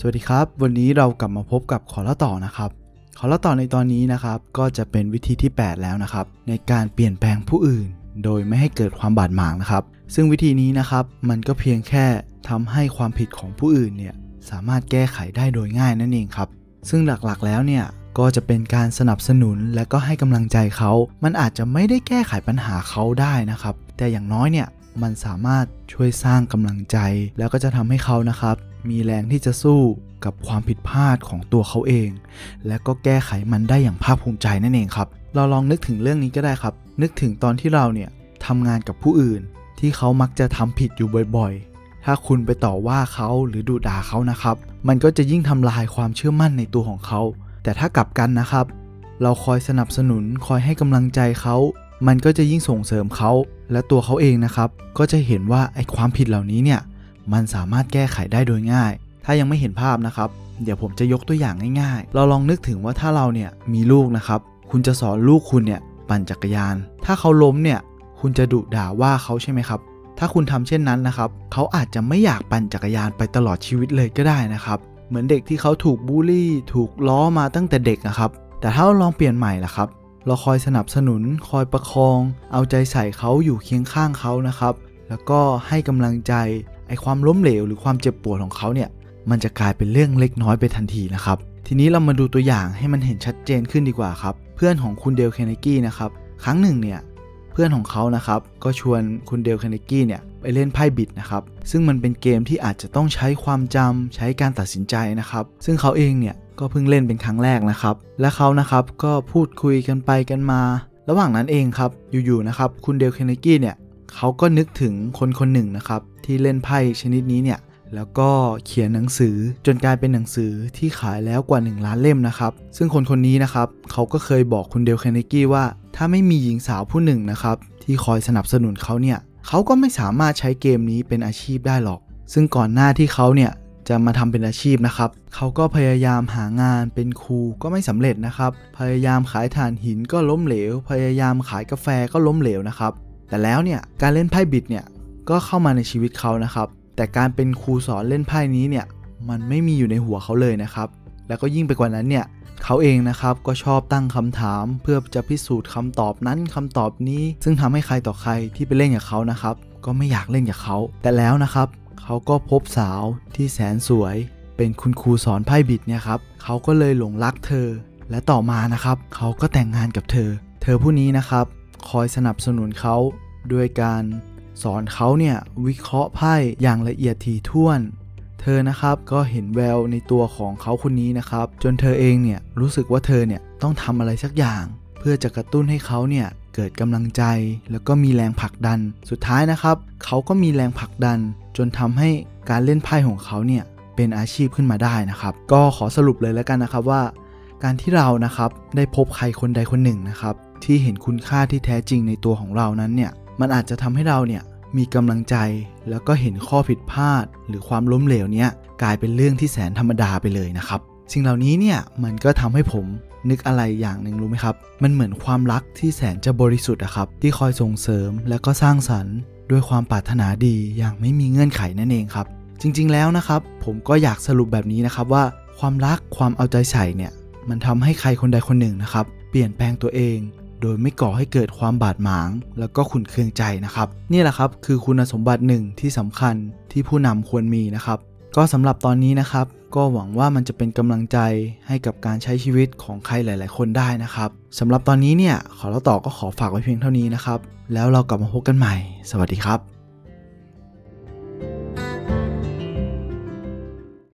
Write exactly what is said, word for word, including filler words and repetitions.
สวัสดีครับวันนี้เรากลับมาพบกับขอเล่าต่อนะครับขอเล่าต่อในตอนนี้นะครับก็จะเป็นวิธีที่แปดแล้วนะครับในการเปลี่ยนแปลงผู้อื่นโดยไม่ให้เกิดความบาดหมางนะครับซึ่งวิธีนี้นะครับมันก็เพียงแค่ทำให้ความผิดของผู้อื่นเนี่ยสามารถแก้ไขได้โดยง่ายนั่นเองครับซึ่งหลักๆแล้วเนี่ยก็จะเป็นการสนับสนุนและก็ให้กำลังใจเขามันอาจจะไม่ได้แก้ไขปัญหาเขาได้นะครับแต่อย่างน้อยเนี่ยมันสามารถช่วยสร้างกำลังใจแล้วก็จะทำให้เขานะครับมีแรงที่จะสู้กับความผิดพลาดของตัวเขาเองและก็แก้ไขมันได้อย่างภาคภูมิใจนั่นเองครับเราลองนึกถึงเรื่องนี้ก็ได้ครับนึกถึงตอนที่เราเนี่ยทำงานกับผู้อื่นที่เขามักจะทำผิดอยู่บ่อยๆถ้าคุณไปต่อว่าเขาหรือดุด่าเขานะครับมันก็จะยิ่งทำลายความเชื่อมั่นในตัวของเขาแต่ถ้ากลับกันนะครับเราคอยสนับสนุนคอยให้กำลังใจเขามันก็จะยิ่งส่งเสริมเขาและตัวเขาเองนะครับก็จะเห็นว่าไอ้ความผิดเหล่านี้เนี่ยมันสามารถแก้ไขได้โดยง่ายถ้ายังไม่เห็นภาพนะครับเดี๋ยวผมจะยกตัวอย่างง่ายๆเราลองนึกถึงว่าถ้าเราเนี่ยมีลูกนะครับคุณจะสอนลูกคุณเนี่ยปั่นจักรยานถ้าเขาล้มเนี่ยคุณจะดุด่าว่าเขาใช่ไหมครับถ้าคุณทำเช่นนั้นนะครับเขาอาจจะไม่อยากปั่นจักรยานไปตลอดชีวิตเลยก็ได้นะครับเหมือนเด็กที่เขาถูกบูลลี่ถูกล้อมาตั้งแต่เด็กนะครับแต่ถ้าเราลองเปลี่ยนใหม่ล่ะครับเราคอยสนับสนุนคอยประคองเอาใจใส่เขาอยู่เคียงข้างเขานะครับแล้วก็ให้กำลังใจไอ้ความล้มเหลวหรือความเจ็บปวดของเขาเนี่ยมันจะกลายเป็นเรื่องเล็กน้อยไปทันทีนะครับทีนี้เรามาดูตัวอย่างให้มันเห็นชัดเจนขึ้นดีกว่าครับเพื่อนของคุณเดล คาร์เนกี้นะครับครั้งหนึ่งเนี่ยเพื่อนของเขานะครับก็ชวนคุณเดล คาร์เนกี้เนี่ยไปเล่นไพ่บิดนะครับซึ่งมันเป็นเกมที่อาจจะต้องใช้ความจำใช้การตัดสินใจนะครับซึ่งเขาเองเนี่ยก็เพิ่งเล่นเป็นครั้งแรกนะครับและเขานะครับก็พูดคุยกันไปกันมาระหว่างนั้นเองครับอยู่ๆนะครับคุณเดล คาร์เนกี้เนี่ยเขาก็นึกถึงคนคนหนึ่งนะครับที่เล่นไพ่ชนิดนี้เนี่ยแล้วก็เขียนหนังสือจนกลายเป็นหนังสือที่ขายแล้วกว่าหนึ่งล้านเล่มนะครับซึ่งคนคนนี้นะครับเขาก็เคยบอกคุณเดล คาร์เนกี้ว่าถ้าไม่มีหญิงสาวผู้หนึ่งนะครับที่คอยสนับสนุนเขาเนี่ยเขาก็ไม่สามารถใช้เกมนี้เป็นอาชีพได้หรอกซึ่งก่อนหน้าที่เขาเนี่ยจะมาทำเป็นอาชีพนะครับเขาก็พยายามหางานเป็นครูก็ไม่สำเร็จนะครับพยายามขายถ่านหินก็ล้มเหลวพยายามขายกาแฟก็ล้มเหลวนะครับแต่แล้วเนี่ยการเล่นไพ่บิดเนี่ยก็เข้ามาในชีวิตเขานะครับแต่การเป็นครูสอนเล่นไพ่นี้เนี่ยมันไม่มีอยู่ในหัวเขาเลยนะครับแล้วก็ยิ่งไปกว่านั้นเนี่ยเขาเองนะครับก็ชอบตั้งคำถามเพื่อจะพิสูจน์คำตอบนั้นคำตอบนี้ซึ่งทำให้ใครต่อใครที่ไปเล่นกับเขานะครับก็ไม่อยากเล่นกับเขาแต่แล้วนะครับเขาก็พบสาวที่แสนสวยเป็นคุณครูสอนไพ่บิดเนี่ยครับเขาก็เลยหลงรักเธอและต่อมานะครับเขาก็แต่งงานกับเธอเธอผู้นี้นะครับคอยสนับสนุนเขาด้วยการสอนเขาเนี่ยวิเคราะห์ไพ่อย่างละเอียดถี่ถ้วนเธอนะครับก็เห็นแววในตัวของเขาคนนี้นะครับจนเธอเองเนี่ยรู้สึกว่าเธอเนี่ยต้องทำอะไรสักอย่างเพื่อจะกระตุ้นให้เขาเนี่ยเกิดกำลังใจแล้วก็มีแรงผลักดันสุดท้ายนะครับเขาก็มีแรงผลักดันจนทำให้การเล่นไพ่ของเขาเนี่ยเป็นอาชีพขึ้นมาได้นะครับก็ขอสรุปเลยแล้วกันนะครับว่าการที่เรานะครับได้พบใครคนใดคนหนึ่งนะครับที่เห็นคุณค่าที่แท้จริงในตัวของเรานั้นเนี่ยมันอาจจะทำให้เราเนี่ยมีกำลังใจแล้วก็เห็นข้อผิดพลาดหรือความล้มเหลวเนี้ยกลายเป็นเรื่องที่แสนธรรมดาไปเลยนะครับสิ่งเหล่านี้เนี่ยมันก็ทำให้ผมนึกอะไรอย่างหนึ่งรู้ไหมครับมันเหมือนความรักที่แสนจะบริสุทธิ์อะครับที่คอยส่งเสริมและก็สร้างสรรค์ด้วยความปรารถนาดีอย่างไม่มีเงื่อนไขนั่นเองครับจริงๆแล้วนะครับผมก็อยากสรุปแบบนี้นะครับว่าความรักความเอาใจใส่เนี่ยมันทำให้ใครคนใดคนหนึ่งนะครับเปลี่ยนแปลงตัวเองโดยไม่ก่อให้เกิดความบาดหมางแล้วก็ขุ่นเคืองใจนะครับนี่แหละครับคือคุณสมบัติหนึ่งที่สำคัญที่ผู้นำควรมีนะครับก็สำหรับตอนนี้นะครับก็หวังว่ามันจะเป็นกำลังใจให้กับการใช้ชีวิตของใครหลายๆคนได้นะครับสำหรับตอนนี้เนี่ยขอเล่าต่อก็ขอฝากไว้เพียงเท่านี้นะครับแล้วเรากลับมาพบกันใหม่สวัสดีครับ